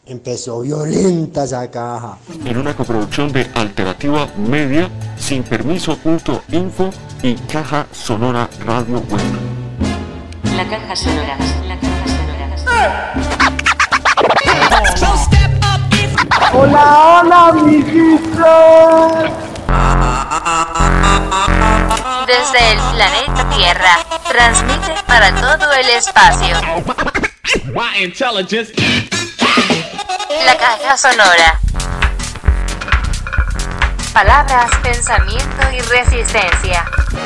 Empezó violenta esa caja. En una coproducción de Alternativa Media, Sinpermiso.info y Caja Sonora Radio Web. La Caja Sonora. La Caja Sonora. Hola, hola, amiguitos. Desde el planeta Tierra, transmite para todo el espacio. La Caja Sonora. Palabras, pensamiento y resistencia.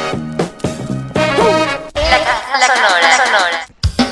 La Caja Sonora.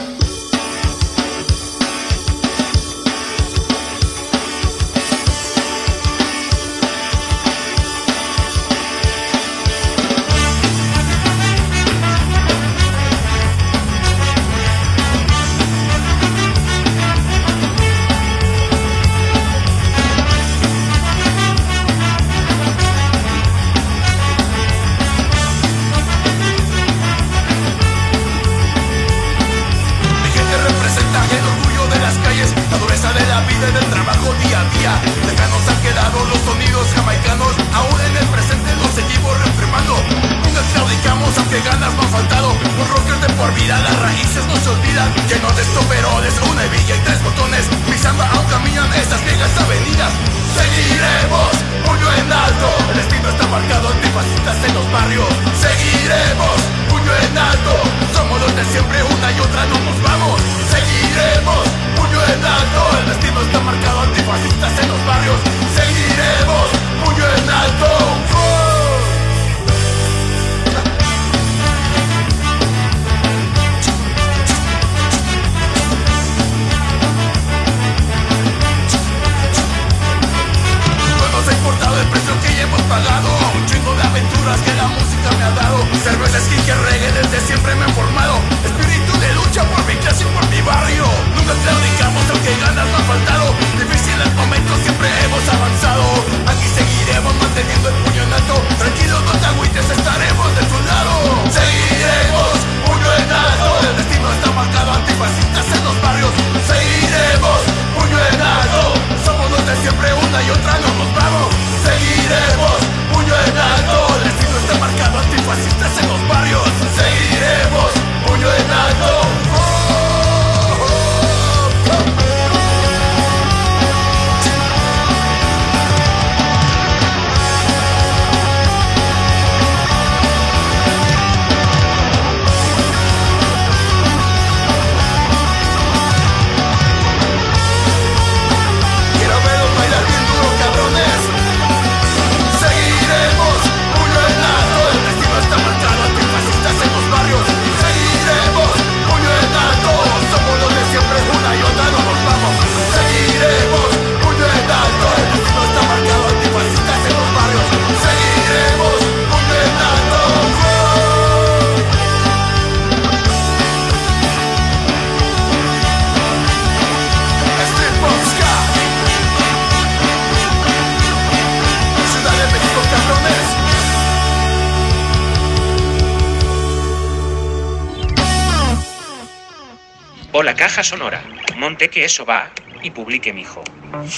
O la Caja Sonora. Monte que eso va y publique mi hijo.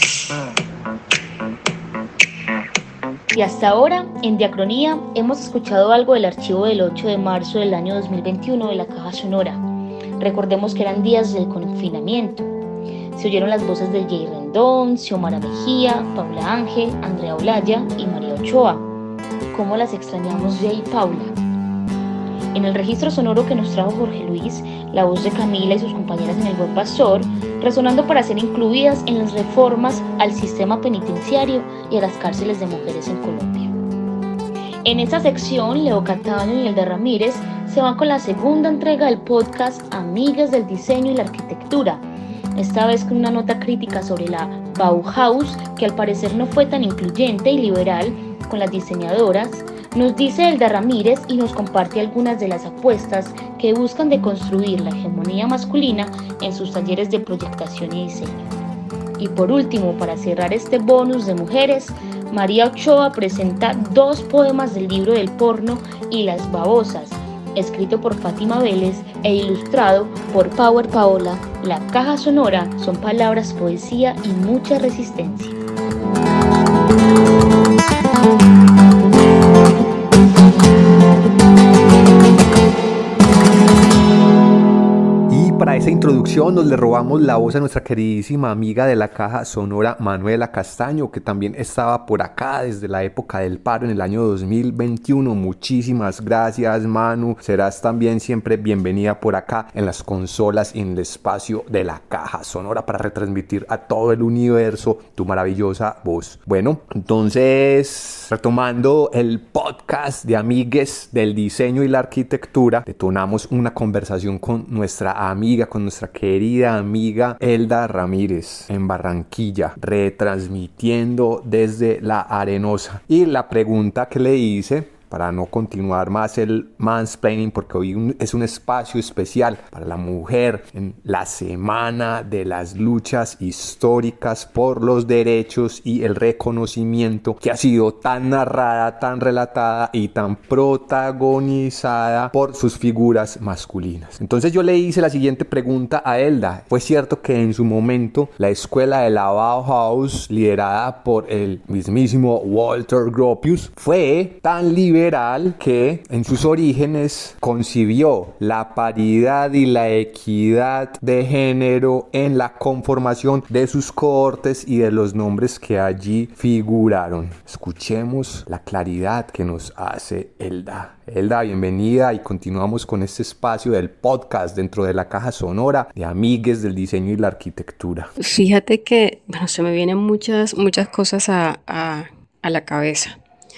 Y hasta ahora, en Diacronía, hemos escuchado algo del archivo del 8 de marzo del año 2021 de la Caja Sonora. Recordemos que eran días de confinamiento. Se oyeron las voces de Jay Rendón, Xiomara Mejía, Paula Ángel, Andrea Olaya y María Ochoa. ¿Cómo las extrañamos, Jay y Paula? En el registro sonoro que nos trajo Jorge Luis, la voz de Camila y sus compañeras en El Buen Pastor, resonando para ser incluidas en las reformas al sistema penitenciario y a las cárceles de mujeres en Colombia. En esta sección, Leo Cataño y Elda Ramírez se van con la segunda entrega del podcast Amigas del Diseño y la Arquitectura, esta vez con una nota crítica sobre la Bauhaus, que al parecer no fue tan incluyente y liberal con las diseñadoras. Nos dice Elda Ramírez y nos comparte algunas de las apuestas que buscan deconstruir la hegemonía masculina en sus talleres de proyectación y diseño. Y por último, para cerrar este bonus de mujeres, María Ochoa presenta 2 poemas del libro del porno y las babosas, escrito por Fátima Vélez e ilustrado por Power Paola. La caja sonora son palabras, poesía y mucha resistencia. Para esa introducción nos le robamos la voz a nuestra queridísima amiga de la caja sonora, Manuela Castaño, que también estaba por acá desde la época del paro en el año 2021. Muchísimas gracias, Manu. Serás también siempre bienvenida por acá en las consolas y en el espacio de la caja sonora para retransmitir a todo el universo tu maravillosa voz. Bueno, entonces, retomando el podcast de amigues del diseño y la arquitectura, detonamos una conversación con nuestra amiga, con nuestra querida amiga Elda Ramírez en Barranquilla, retransmitiendo desde La Arenosa. Y la pregunta que le hice, para no continuar más el mansplaining, porque hoy es un espacio especial para la mujer en la semana de las luchas históricas por los derechos y el reconocimiento que ha sido tan narrada, tan relatada y tan protagonizada por sus figuras masculinas. Entonces yo le hice la siguiente pregunta a Elda. ¿Fue cierto que en su momento la escuela de la Bauhaus, liderada por el mismísimo Walter Gropius, fue tan liberal que en sus orígenes concibió la paridad y la equidad de género en la conformación de sus cohortes y de los nombres que allí figuraron? Escuchemos la claridad que nos hace Elda. Elda, bienvenida, y continuamos con este espacio del podcast dentro de la caja sonora de amigues del diseño y la arquitectura. Fíjate que se me vienen muchas cosas a la cabeza.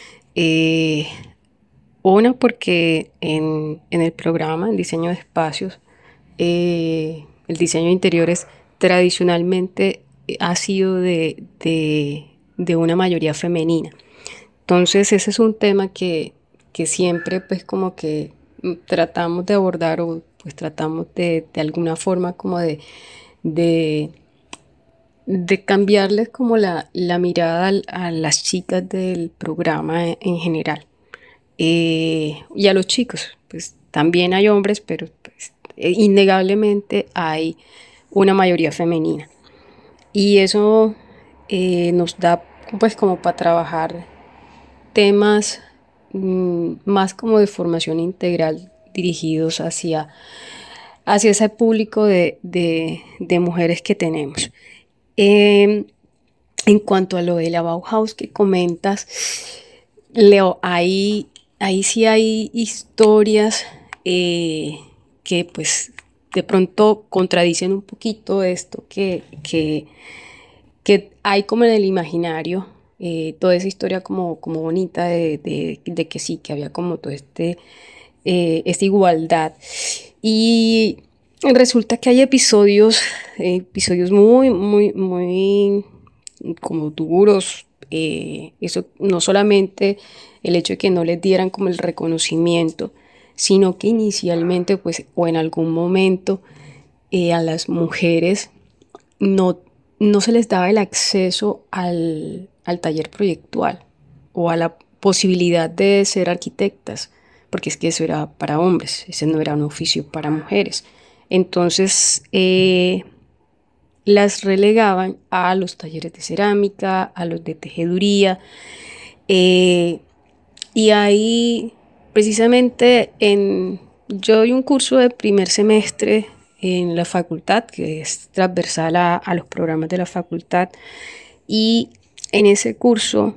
Una, porque en el programa, en diseño de espacios, el diseño de interiores tradicionalmente ha sido de una mayoría femenina. Entonces ese es un tema que siempre pues como que tratamos de abordar, o pues tratamos de alguna forma como de cambiarles como la mirada a las chicas del programa en general. Y a los chicos, pues también hay hombres, pero pues, innegablemente hay una mayoría femenina. Y eso nos da pues como para trabajar temas más como de formación integral dirigidos hacia ese público de mujeres que tenemos. En cuanto a lo de la Bauhaus que comentas, Leo, ahí sí hay historias que pues de pronto contradicen un poquito esto que hay como en el imaginario, toda esa historia como bonita de que sí, que había como todo esta igualdad. Y resulta que hay episodios muy, muy, muy como duros. Eso no solamente el hecho de que no les dieran como el reconocimiento, sino que inicialmente pues o en algún momento a las mujeres no se les daba el acceso al taller proyectual o a la posibilidad de ser arquitectas, porque es que eso era para hombres, ese no era un oficio para mujeres. Entonces las relegaban a los talleres de cerámica, a los de tejeduría, y ahí precisamente yo doy un curso de primer semestre en la facultad que es transversal a los programas de la facultad, y en ese curso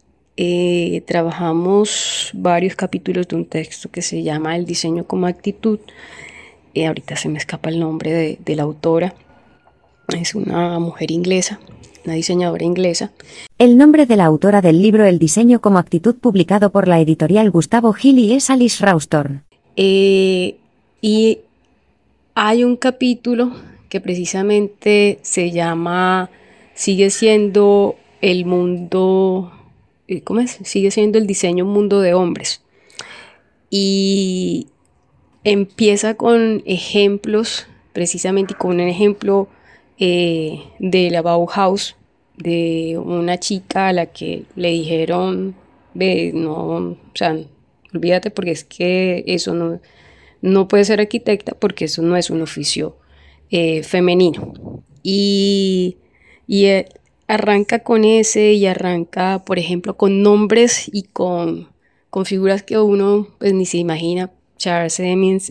trabajamos varios capítulos de un texto que se llama El diseño como actitud. Ahorita se me escapa el nombre de la autora. Es una mujer inglesa, una diseñadora inglesa. El nombre de la autora del libro El diseño como actitud, publicado por la editorial Gustavo Gil, y es Alice Rawsthorne. Y hay un capítulo que precisamente se llama Sigue siendo el mundo, ¿cómo es? Sigue siendo el diseño un mundo de hombres. Y empieza con ejemplos, precisamente con un ejemplo de la Bauhaus, de una chica a la que le dijeron, no, o sea, olvídate porque es que eso no puede ser arquitecta porque eso no es un oficio femenino. Y arranca con ese y arranca, por ejemplo, con nombres y con figuras que uno pues ni se imagina. Charles Hemings,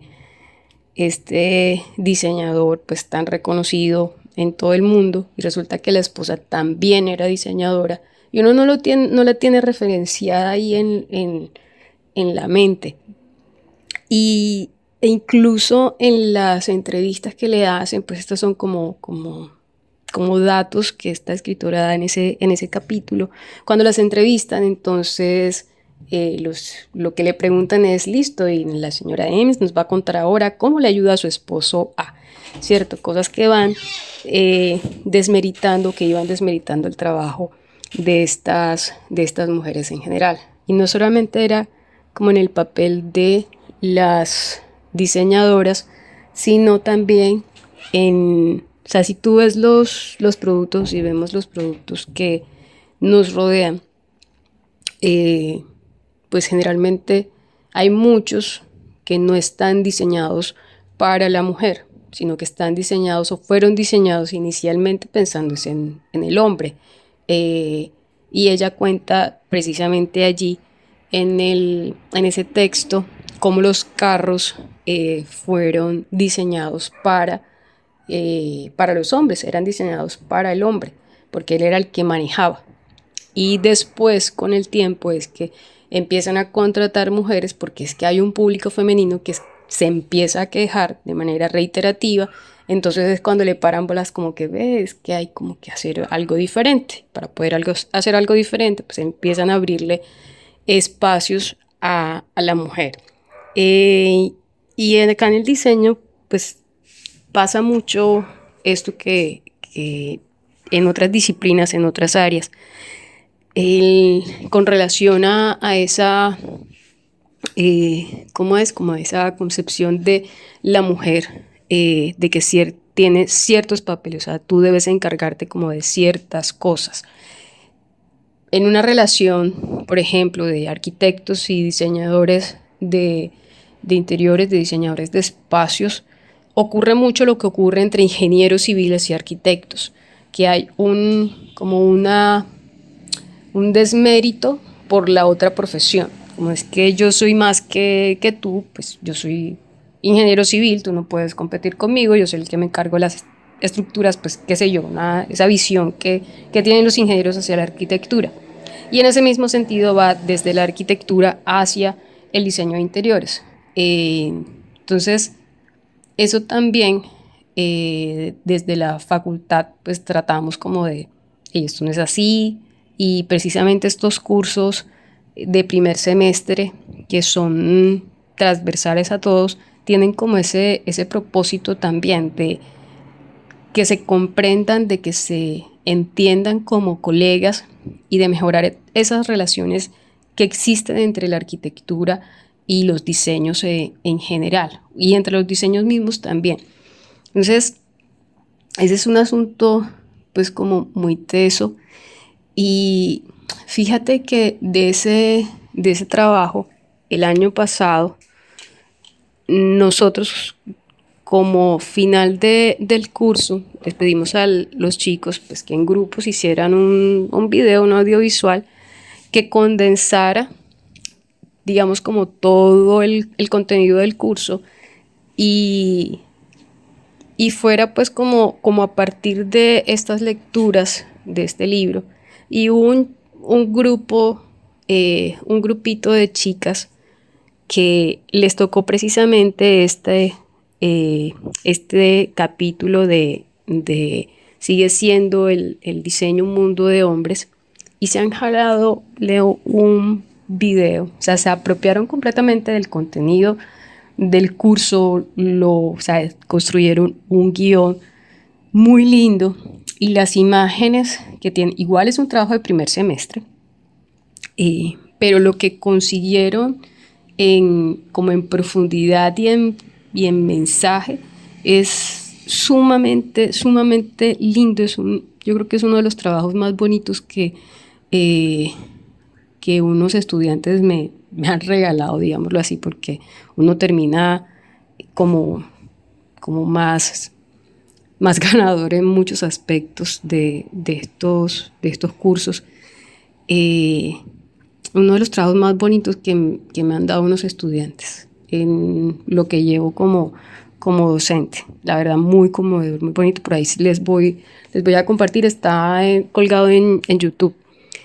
este diseñador pues tan reconocido en todo el mundo, y resulta que la esposa también era diseñadora y uno no la tiene referenciada ahí en la mente. E incluso en las entrevistas que le hacen, pues estos son como datos que esta escritora da en ese capítulo. Cuando las entrevistan, entonces lo que le preguntan es: listo, y la señora Hemings nos va a contar ahora cómo le ayuda a su esposo a, ¿cierto? Cosas que iban desmeritando el trabajo de estas mujeres en general. Y no solamente era como en el papel de las diseñadoras, sino también o sea, si tú ves los productos y vemos los productos que nos rodean, pues generalmente hay muchos que no están diseñados para la mujer, sino que están diseñados o fueron diseñados inicialmente pensándose en el hombre. Y ella cuenta precisamente allí en ese texto cómo los carros fueron diseñados para los hombres, eran diseñados para el hombre, porque él era el que manejaba. Y después, con el tiempo, es que empiezan a contratar mujeres porque es que hay un público femenino que se empieza a quejar de manera reiterativa. Entonces es cuando le paran bolas, como que ves que hay como que hacer algo diferente. Para poder hacer algo diferente, pues empiezan a abrirle espacios a la mujer. Y acá en el diseño, pues pasa mucho esto que en otras disciplinas, en otras áreas, con relación a esa, ¿cómo es? Como esa concepción de la mujer, de que tiene ciertos papeles, o sea, tú debes encargarte como de ciertas cosas. En una relación, por ejemplo, de arquitectos y diseñadores de interiores, de diseñadores de espacios, ocurre mucho lo que ocurre entre ingenieros civiles y arquitectos, que hay un desmérito por la otra profesión. Como es que yo soy más que tú, pues yo soy ingeniero civil, tú no puedes competir conmigo, yo soy el que me encargo de las estructuras, pues qué sé yo, esa visión que tienen los ingenieros hacia la arquitectura. Y en ese mismo sentido va desde la arquitectura hacia el diseño de interiores. Entonces, eso también desde la facultad pues tratamos como de, esto no es así, y precisamente estos cursos de primer semestre, que son transversales a todos, tienen como ese propósito también de que se comprendan, de que se entiendan como colegas y de mejorar esas relaciones que existen entre la arquitectura y los diseños en general, y entre los diseños mismos también. Entonces, ese es un asunto pues como muy teso, y fíjate que de ese trabajo, el año pasado, nosotros como final del curso les pedimos a los chicos pues que en grupos hicieran un video, un audiovisual que condensara, digamos, como todo el contenido del curso y fuera pues como a partir de estas lecturas de este libro. Y un grupito de chicas que les tocó precisamente este capítulo de sigue siendo el diseño un mundo de hombres, y se han jalado un video, o sea, se apropiaron completamente del contenido del curso, o sea, construyeron un guión muy lindo, y las imágenes que tienen, igual es un trabajo de primer semestre, pero lo que consiguieron como en profundidad y en mensaje es sumamente lindo. Yo creo que es uno de los trabajos más bonitos que que unos estudiantes me han regalado, digámoslo así, porque uno termina como más ganador en muchos aspectos de estos cursos. Uno de los trabajos más bonitos que me han dado unos estudiantes en lo que llevo como docente, la verdad muy conmovedor, muy bonito. Por ahí les voy a compartir, está colgado en YouTube.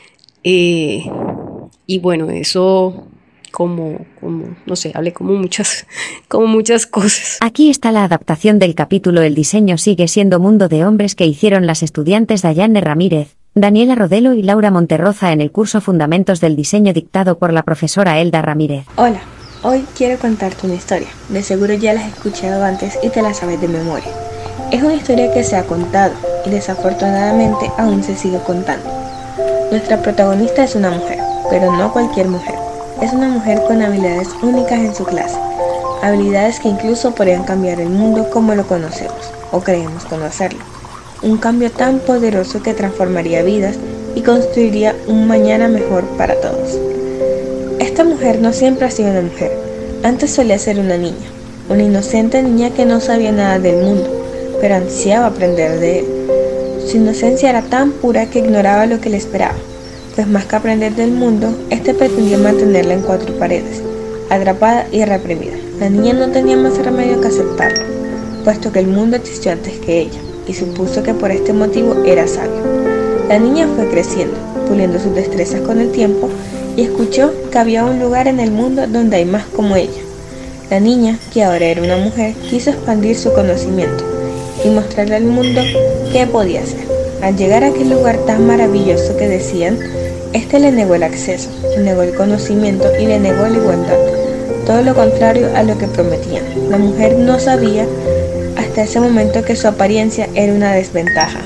Y bueno, eso no sé, hablé como muchas cosas. Aquí está la adaptación del capítulo El diseño sigue siendo mundo de hombres que hicieron las estudiantes Dayane Ramírez, Daniela Rodelo y Laura Monterroza en el curso Fundamentos del Diseño dictado por la profesora Elda Ramírez. Hola, hoy quiero contarte una historia. De seguro ya la has escuchado antes y te la sabes de memoria. Es una historia que se ha contado y desafortunadamente aún se sigue contando. Nuestra protagonista es una mujer, pero no cualquier mujer. Es una mujer con habilidades únicas en su clase, habilidades que incluso podrían cambiar el mundo como lo conocemos, o creemos conocerlo. Un cambio tan poderoso que transformaría vidas y construiría un mañana mejor para todos. Esta mujer no siempre ha sido una mujer, antes solía ser una niña, una inocente niña que no sabía nada del mundo, pero ansiaba aprender de él. Su inocencia era tan pura que ignoraba lo que le esperaba. Pues más que aprender del mundo, pretendía mantenerla en cuatro paredes, atrapada y reprimida. La niña no tenía más remedio que aceptarlo, puesto que el mundo existió antes que ella, y supuso que por este motivo era sabio. La niña fue creciendo, puliendo sus destrezas con el tiempo, y escuchó que había un lugar en el mundo donde hay más como ella. La niña, que ahora era una mujer, quiso expandir su conocimiento, y mostrarle al mundo qué podía hacer. Al llegar a aquel lugar tan maravilloso que decían, le negó el acceso, le negó el conocimiento y le negó la igualdad, todo lo contrario a lo que prometían. La mujer no sabía hasta ese momento que su apariencia era una desventaja.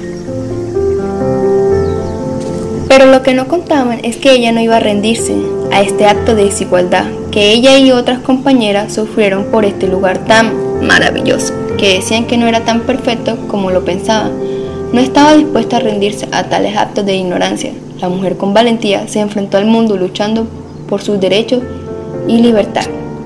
Pero lo que no contaban es que ella no iba a rendirse a este acto de desigualdad, que ella y otras compañeras sufrieron por este lugar tan maravilloso, que decían que no era tan perfecto como lo pensaban. No estaba dispuesta a rendirse a tales actos de ignorancia. La mujer con valentía se enfrentó al mundo luchando por sus derechos y libertad.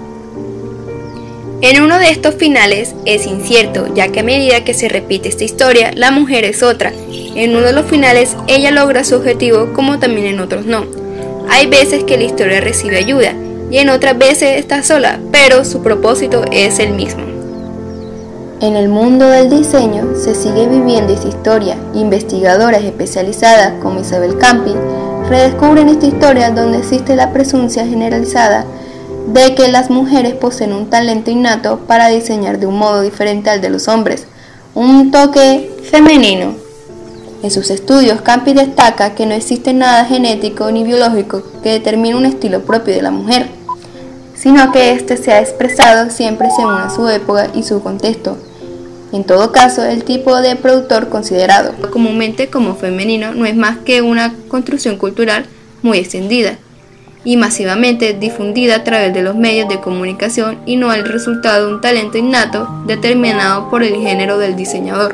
En uno de estos finales es incierto, ya que a medida que se repite esta historia, la mujer es otra. En uno de los finales ella logra su objetivo, como también en otros no. Hay veces que la historia recibe ayuda y en otras veces está sola, pero su propósito es el mismo. En el mundo del diseño se sigue viviendo esta historia. Investigadoras especializadas como Isabel Campi redescubren esta historia donde existe la presunción generalizada de que las mujeres poseen un talento innato para diseñar de un modo diferente al de los hombres, un toque femenino. En sus estudios, Campi destaca que no existe nada genético ni biológico que determine un estilo propio de la mujer, sino que este se ha expresado siempre según su época y su contexto. En todo caso, el tipo de productor considerado comúnmente como femenino no es más que una construcción cultural muy extendida y masivamente difundida a través de los medios de comunicación y no el resultado de un talento innato determinado por el género del diseñador.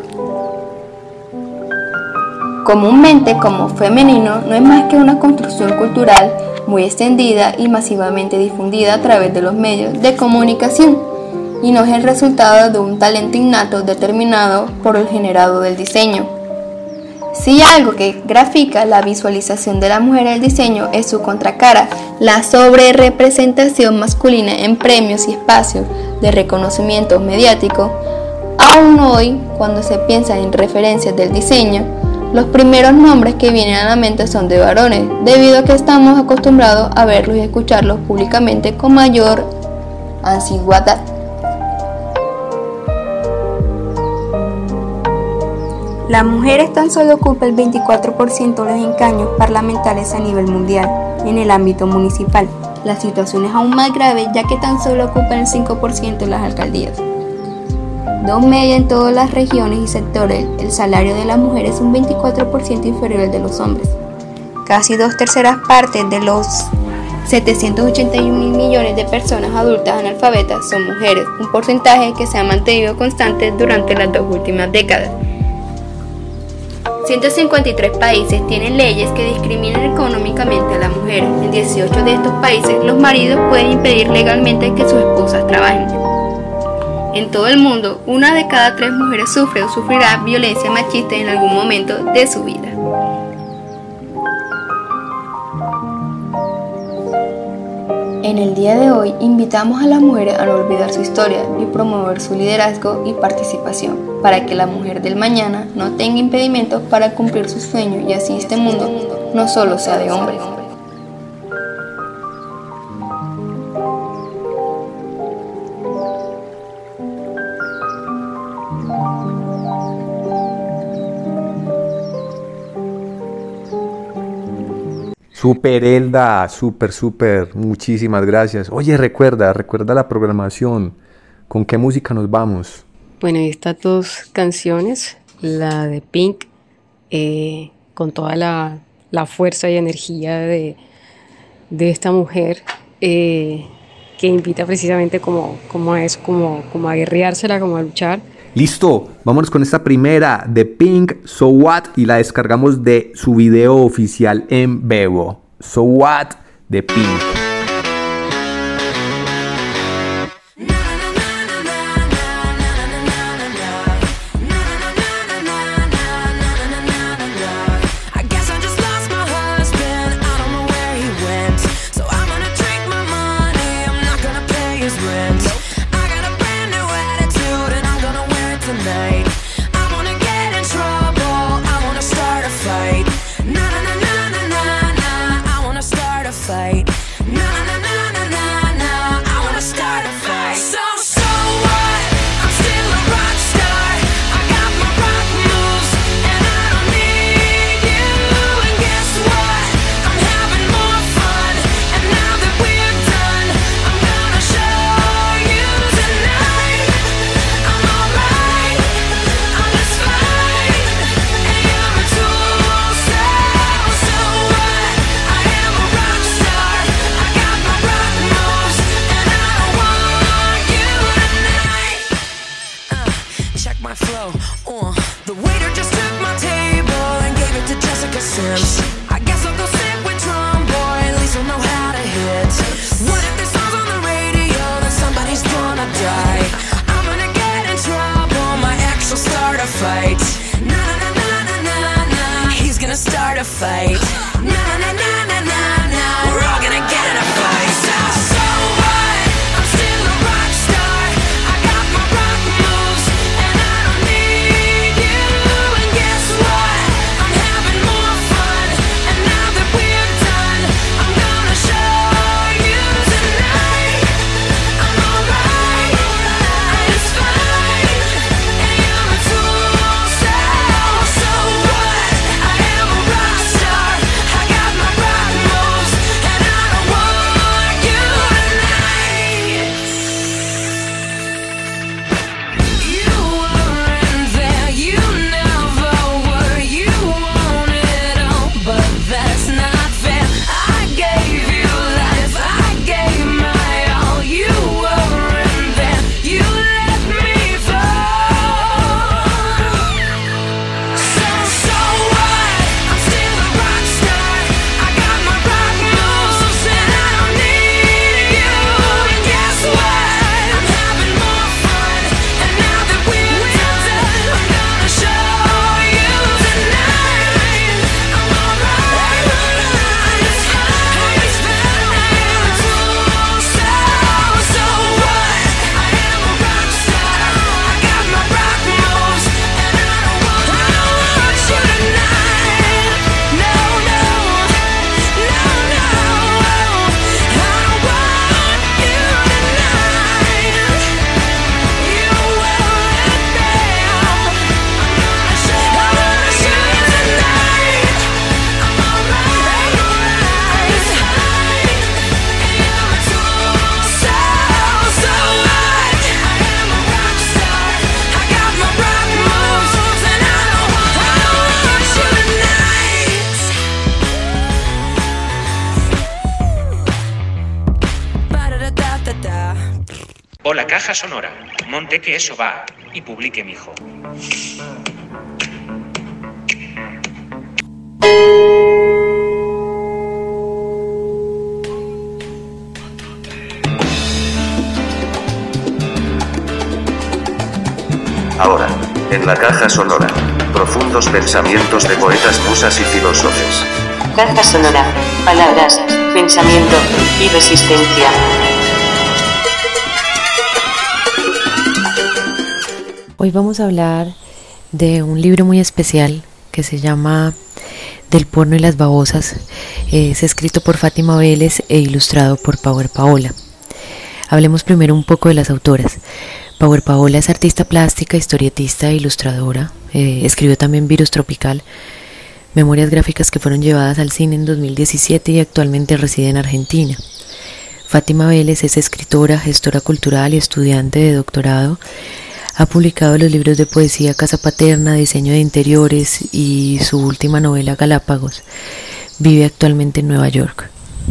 Comúnmente como femenino no es más que una construcción cultural muy extendida y masivamente difundida a través de los medios de comunicación y no es el resultado de un talento innato determinado por el generado del diseño. Si algo que grafica la visualización de la mujer en el diseño es su contracara, la sobrerepresentación masculina en premios y espacios de reconocimiento mediático, aún hoy, cuando se piensa en referencias del diseño, los primeros nombres que vienen a la mente son de varones, debido a que estamos acostumbrados a verlos y escucharlos públicamente con mayor antigüedad. Las mujeres tan solo ocupan el 24% de los escaños parlamentarios a nivel mundial. En el ámbito municipal, la situación es aún más grave ya que tan solo ocupan el 5% de las alcaldías. De media en todas las regiones y sectores, el salario de las mujeres es un 24% inferior al de los hombres. Casi 2/3 partes de los 781 millones de personas adultas analfabetas son mujeres, un porcentaje que se ha mantenido constante durante las 2 últimas décadas. 153 países tienen leyes que discriminan económicamente a la mujer. En 18 de estos países, los maridos pueden impedir legalmente que sus esposas trabajen. En todo el mundo, 1 de cada 3 mujeres sufre o sufrirá violencia machista en algún momento de su vida. En el día de hoy, invitamos a las mujeres a no olvidar su historia y promover su liderazgo y participación, para que la mujer del mañana no tenga impedimentos para cumplir sus sueños y así este mundo no solo sea de hombres. Super Elda, súper, muchísimas gracias. Oye, recuerda la programación. ¿Con qué música nos vamos? Bueno, estas 2 canciones, la de Pink, con toda la fuerza y energía de esta mujer, que invita precisamente como a eso, como a guerreársela, como a luchar. Listo, vámonos con esta primera de Pink, So What, y la descargamos de su video oficial en Vevo. So What de Pink. O la caja sonora. Monte que eso va y publique mi hijo. En la caja sonora. Profundos pensamientos de poetas, musas y filósofos. Caja sonora. Palabras, pensamiento y resistencia. Hoy vamos a hablar de un libro muy especial que se llama Del porno y las babosas. Es escrito por Fátima Vélez e ilustrado por Power Paola. Hablemos primero un poco de las autoras. Power Paola es artista plástica, historietista e ilustradora. Escribió también Virus Tropical, memorias gráficas que fueron llevadas al cine en 2017 y actualmente reside en Argentina. Fátima Vélez es escritora, gestora cultural y estudiante de doctorado. Ha publicado los libros de poesía Casa Paterna, Diseño de Interiores y su última novela Galápagos. Vive actualmente en Nueva York.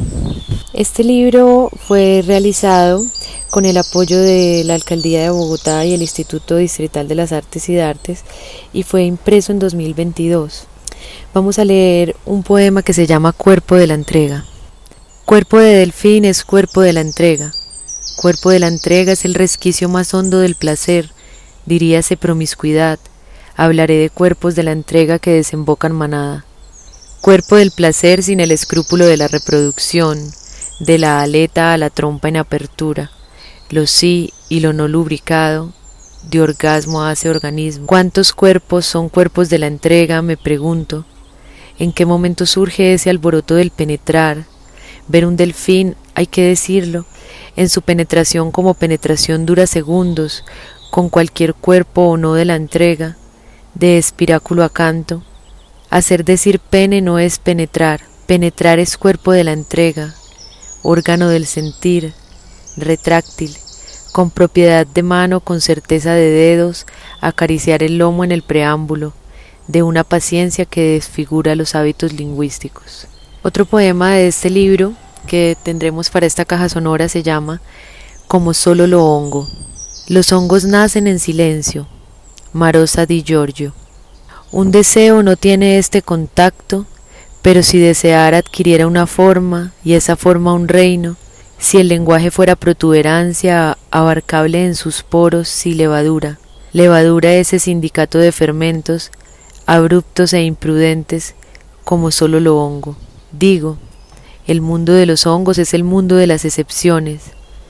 Este libro fue realizado con el apoyo de la Alcaldía de Bogotá y el Instituto Distrital de las Artes y Dartes y fue impreso en 2022. Vamos a leer un poema que se llama Cuerpo de la Entrega. Cuerpo de delfín es cuerpo de la entrega. Cuerpo de la entrega es el resquicio más hondo del placer, diríase promiscuidad. Hablaré de cuerpos de la entrega que desembocan manada. Cuerpo del placer sin el escrúpulo de la reproducción, de la aleta a la trompa en apertura, lo sí y lo no lubricado, de orgasmo hace organismo. ¿Cuántos cuerpos son cuerpos de la entrega? Me pregunto. ¿En qué momento surge ese alboroto del penetrar? Ver un delfín, hay que decirlo, en su penetración como penetración dura segundos, con cualquier cuerpo o no de la entrega, de espiráculo a canto. Hacer decir pene no es penetrar, penetrar es cuerpo de la entrega, órgano del sentir, retráctil, con propiedad de mano, con certeza de dedos, acariciar el lomo en el preámbulo, de una paciencia que desfigura los hábitos lingüísticos. Otro poema de este libro que tendremos para esta caja sonora se llama Como solo lo hongo. Los hongos nacen en silencio. Marosa di Giorgio. Un deseo no tiene este contacto, pero si deseara adquiriera una forma y esa forma un reino, si el lenguaje fuera protuberancia abarcable en sus poros, si levadura. Levadura ese sindicato de fermentos, abruptos e imprudentes, como solo lo hongo. Digo, el mundo de los hongos es el mundo de las excepciones,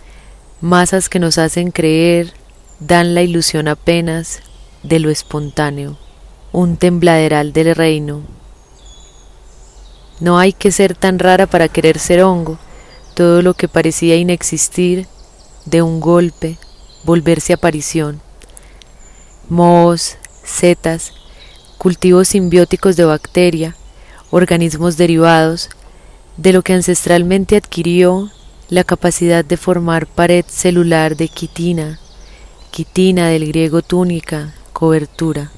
masas que nos hacen creer, dan la ilusión apenas de lo espontáneo, un tembladeral del reino. No hay que ser tan rara para querer ser hongo, todo lo que parecía inexistir, de un golpe, volverse aparición. Mohos, setas, cultivos simbióticos de bacteria, organismos derivados, de lo que ancestralmente adquirió la capacidad de formar pared celular de quitina, quitina del griego túnica, cobertura.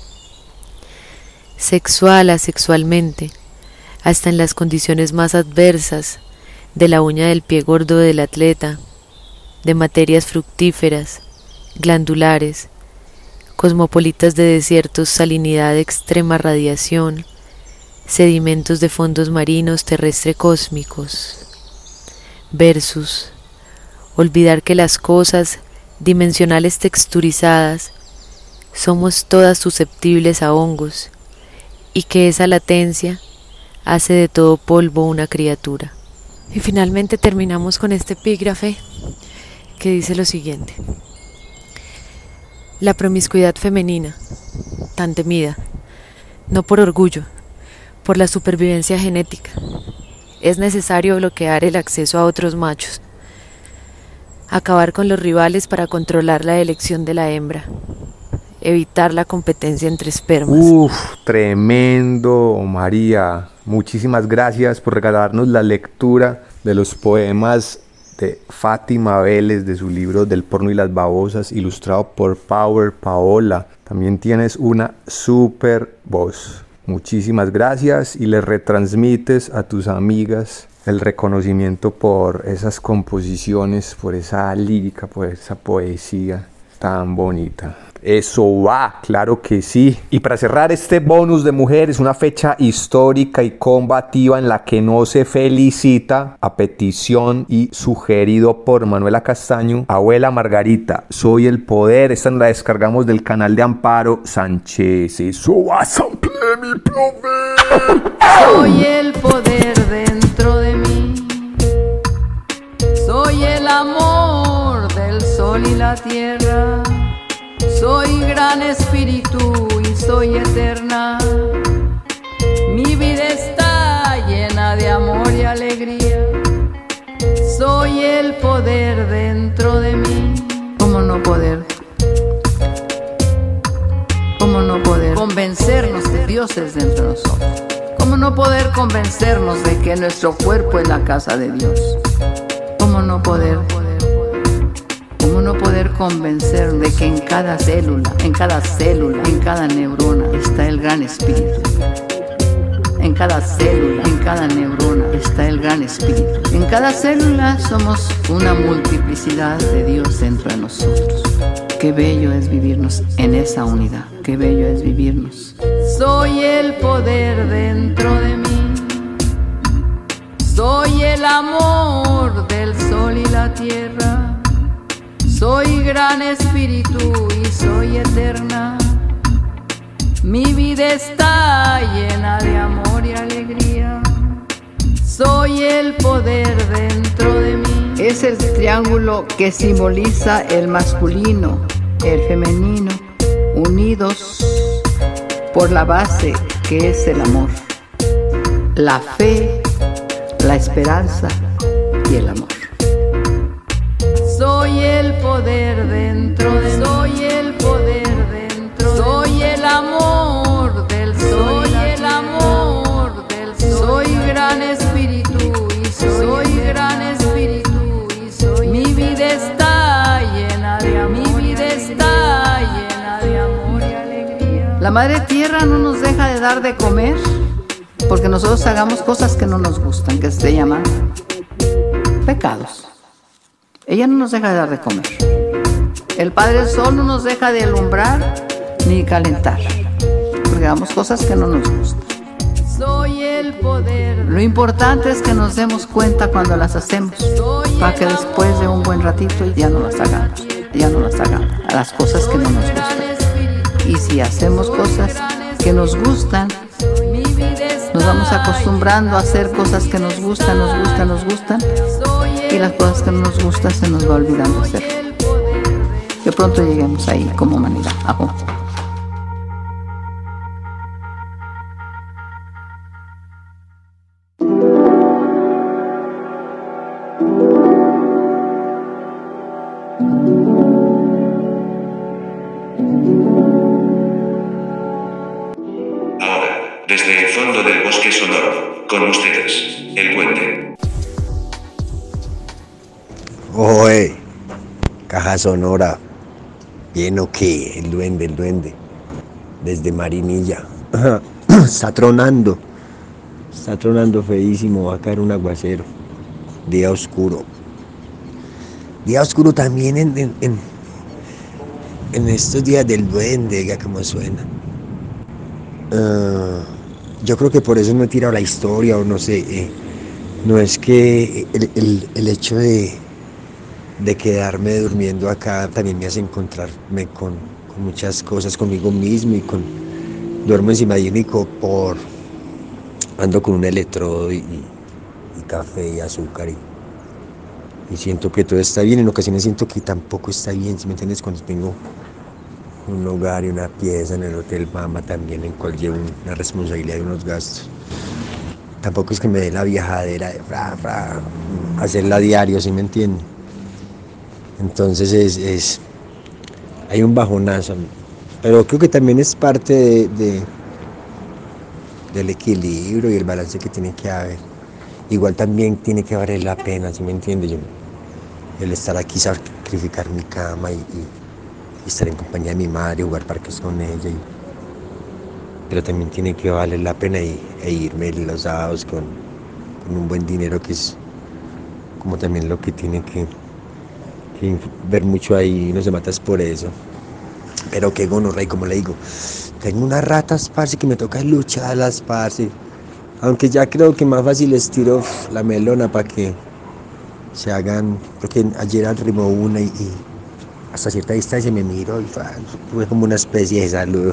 Sexual asexualmente, hasta en las condiciones más adversas, de la uña del pie gordo del atleta, de materias fructíferas, glandulares, cosmopolitas de desiertos, salinidad de extrema radiación, sedimentos de fondos marinos terrestre cósmicos, versus olvidar que las cosas dimensionales texturizadas somos todas susceptibles a hongos y que esa latencia hace de todo polvo una criatura. Y finalmente terminamos con este epígrafe que dice lo siguiente: la promiscuidad femenina, tan temida, no por orgullo, por la supervivencia genética. Es necesario bloquear el acceso a otros machos, acabar con los rivales para controlar la elección de la hembra, evitar la competencia entre espermas. Tremendo, María. Muchísimas gracias por regalarnos la lectura de los poemas de Fátima Vélez, de su libro Del porno y las babosas, ilustrado por Power Paola. También tienes una super voz. Muchísimas gracias, y le retransmites a tus amigas el reconocimiento por esas composiciones, por esa lírica, por esa poesía Tan bonita. Eso va, claro que sí. Y para cerrar este bonus de mujeres, una fecha histórica y combativa en la que no se felicita, a petición y sugerido por Manuela Castaño, abuela Margarita, soy el poder. Esta nos la descargamos del canal de Amparo Sánchez. Eso va, sample mi profe. Soy el poder dentro de mí. Soy el amor del sol y la tierra. Soy gran espíritu y soy eterna. Mi vida está llena de amor y alegría. Soy el poder dentro de mí. ¿Cómo no poder? ¿Cómo no poder convencernos de Dios es dentro de nosotros? ¿Cómo no poder convencernos de que nuestro cuerpo es la casa de Dios? ¿Cómo no poder? ¿Cómo no poder convencer de que en cada célula, en cada neurona está el gran espíritu? En cada célula, en cada neurona está el gran espíritu. En cada célula somos una multiplicidad de Dios dentro de nosotros. Qué bello es vivirnos en esa unidad. Qué bello es vivirnos. Soy el poder dentro de mí. Soy el amor del sol y la tierra. Soy gran espíritu y soy eterna. Mi vida está llena de amor y alegría. Soy el poder dentro de mí. Es el triángulo que simboliza el masculino, el femenino, unidos por la base que es el amor, la fe, la esperanza y el amor. Soy el poder dentro de mí. Soy el poder dentro de mí. Soy el amor del sol. Soy el amor del sol. Soy gran espíritu y soy gran espíritu y soy. Mi vida está llena de amor. Mi vida está llena de amor y alegría. La Madre Tierra no nos deja de dar de comer porque nosotros hagamos cosas que no nos gustan, que se llaman pecados. Ella no nos deja de dar de comer. El Padre Sol no nos deja de alumbrar ni calentar, porque hagamos cosas que no nos gustan. Soy el poder. Lo importante es que nos demos cuenta cuando las hacemos, para que después de un buen ratito ya no las hagamos, a las cosas que no nos gustan. Y si hacemos cosas que nos gustan, nos vamos acostumbrando a hacer cosas que nos gustan, y las cosas que no nos gustan se nos va olvidando hacer. Que pronto lleguemos ahí como humanidad. Ajo. Ahora, desde el fondo del bosque sonoro, con ustedes, el puente. Oye, caja sonora, bien o qué, el duende, desde Marinilla, está tronando feísimo, va a caer un aguacero, día oscuro también en estos días del duende, ya como suena. Yo creo que por eso no he tirado la historia, o no sé, no es que el hecho de quedarme durmiendo acá también me hace encontrarme con muchas cosas conmigo mismo y duermo encima de un icopor, ando con un electrodo y café y azúcar y siento que todo está bien. En ocasiones siento que tampoco está bien, ¿sí me entiendes? Cuando tengo un hogar y una pieza en el Hotel Mama también, en cual llevo una responsabilidad y unos gastos. Tampoco es que me dé la viajadera de hacerla a diario, ¿sí me entiendes? Entonces hay un bajonazo, pero creo que también es parte del equilibrio y el balance que tiene que haber. Igual también tiene que valer la pena, ¿sí me entiendes? El estar aquí, sacrificar mi cama y estar en compañía de mi madre, jugar parques con ella, pero también tiene que valer la pena e irme los sábados con un buen dinero, que es como también lo que tiene que que ver mucho ahí, no se matas por eso. Pero qué gonorrea, como le digo, tengo unas ratas, parce, que me toca lucharlas, parce. Aunque ya creo que más fácil les tiro la melona para que se hagan, porque ayer arrimó una y hasta cierta distancia me miró y fue como una especie de saludo.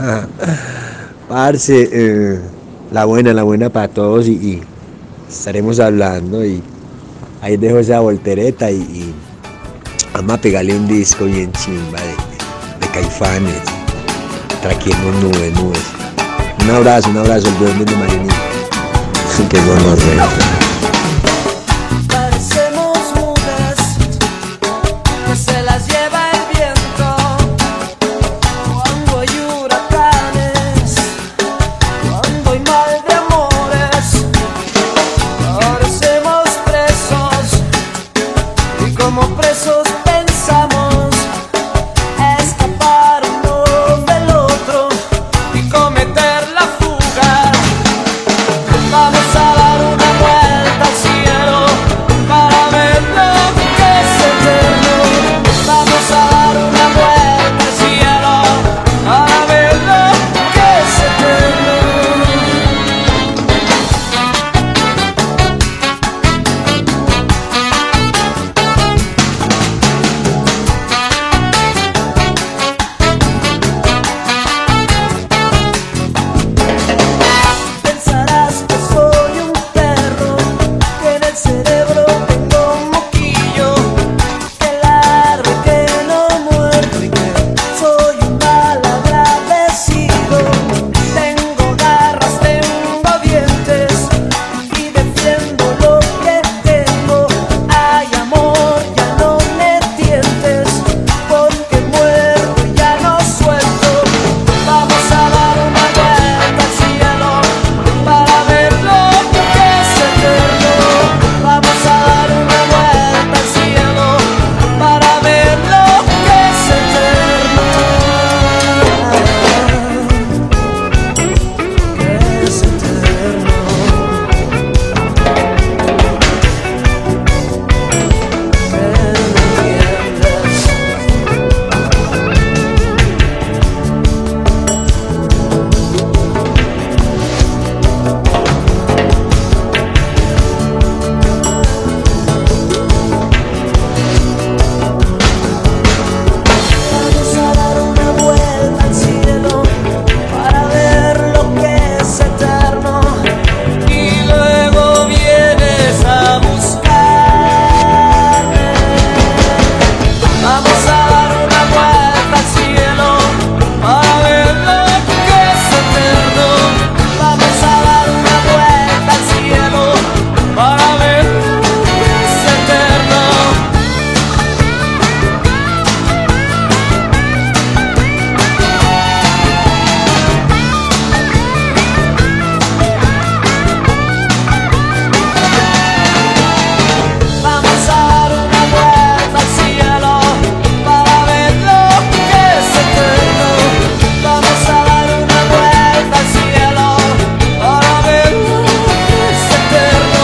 Parce, la buena para todos y estaremos hablando y ahí dejo esa voltereta y vamos a pegarle un disco bien chimba de Caifanes, traquemos nubes. Un abrazo, el duende de Marinito. Qué gonorrea. Parecemos nubes que se las lleva el viento cuando hay huracanes, cuando hay mal de amores. Parecemos presos y como presos pensamos escapar uno del otro y cometer la fuga. Vamos a dar una vuelta al cielo para ver lo que es eterno. Vamos a dar una vuelta al cielo para ver lo que es eterno. Pensarás que soy un perro, que en el cerebro tengo un moquillo, que ladro y que no muerdo y que soy un mal agradecido. Tengo garras, tengo dientes y defiendo lo que tengo. Ay, amor, ya no me tientes, porque muerdo y ya no suelto. Vamos a dar una vuelta al cielo para ver lo que es eterno. Vamos a dar una vuelta al cielo para ver lo que es eterno. Que es eterno. Vamos a dar una vuelta al cielo para ver lo que es eterno y luego vienes a buscarme. Vamos a dar una vuelta al cielo para ver lo que es eterno. Vamos a dar una vuelta al cielo para ver lo que es eterno. Vamos a dar una vuelta al cielo para ver lo que es eterno. Vamos a dar una vuelta al cielo para ver lo que es eterno.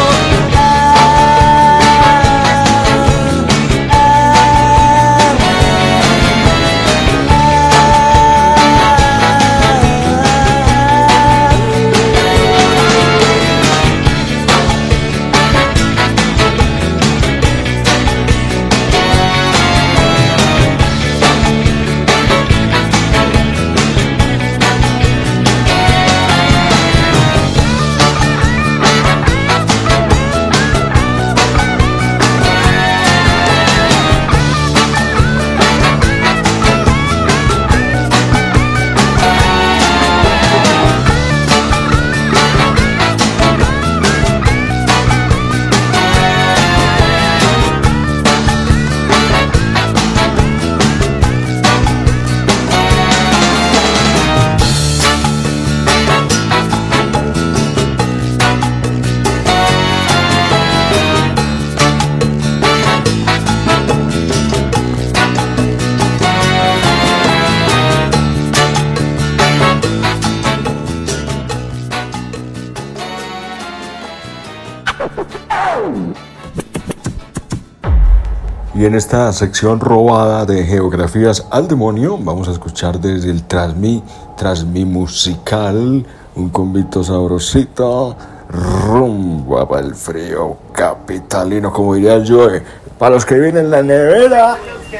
Y en esta sección robada de geografías al demonio, vamos a escuchar desde el Transmi musical, un convito sabrosito, rumbo para el frío capitalino, como diría yo, para los que viven en la nevera.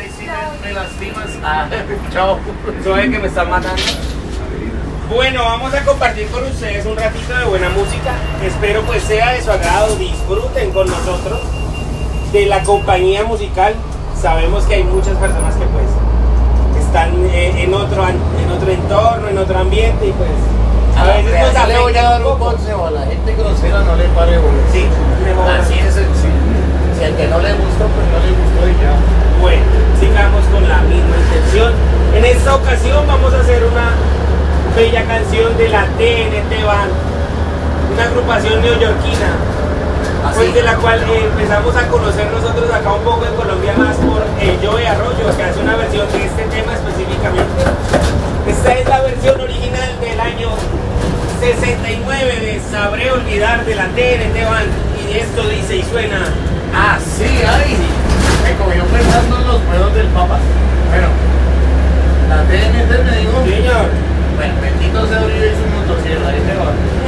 Chao, soy el que me está matando. Bueno, vamos a compartir con ustedes un ratito de buena música. Espero pues sea de su agrado, disfruten con nosotros de la compañía musical. Sabemos que hay muchas personas que pues están en otro entorno, en otro ambiente y pues a veces nos afecta. Le voy a dar un consejo a la gente grosera, no le pare bolas. Sí, mejor. Así es sencillo. Si al que no le gustó, pues no le gustó y ya. Bueno, sigamos con la misma intención. En esta ocasión vamos a hacer una bella canción de la TNT Band, una agrupación neoyorquina, pues de la cual empezamos a conocer nosotros acá un poco en Colombia más por el Joey Arroyo, que hace una versión de este tema específicamente. Esta es la versión original del año 69 de Sabré Olvidar de la TNT Band, y esto dice y suena así. Ay, me cogió pensando en los pedos del Papa. Bueno, la TNT me dijo. Señor. Bueno, bendito sea Uribe y su motosierra, ahí se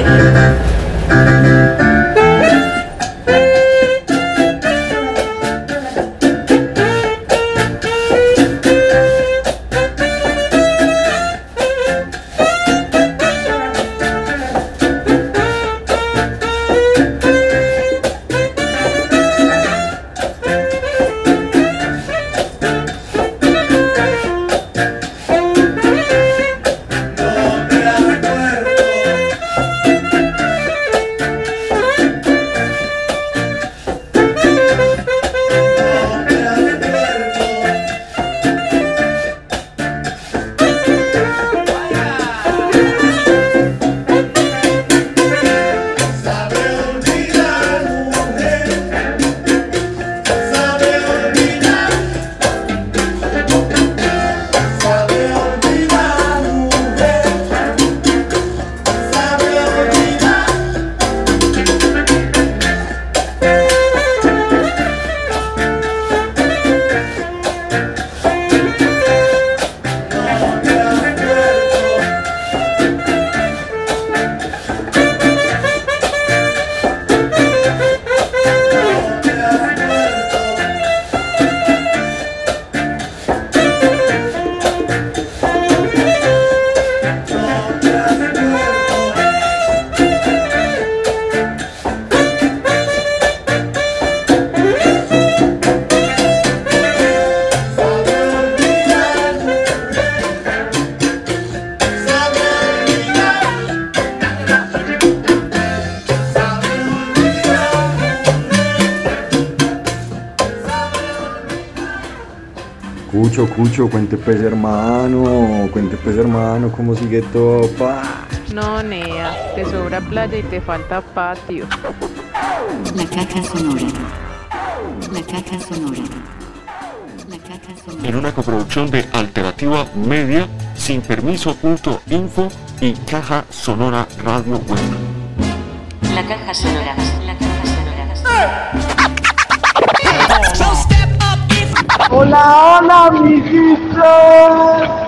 va. Cucho, cuente pues hermano, ¿cómo sigue todo, pa? No, Nea, te sobra playa y te falta patio. La caja sonora. La caja sonora. La caja sonora. En una coproducción de Alternativa Media, Sinpermiso.info y Caja Sonora Radio Web. La caja sonora. La caja sonora. Hola, amiguitos.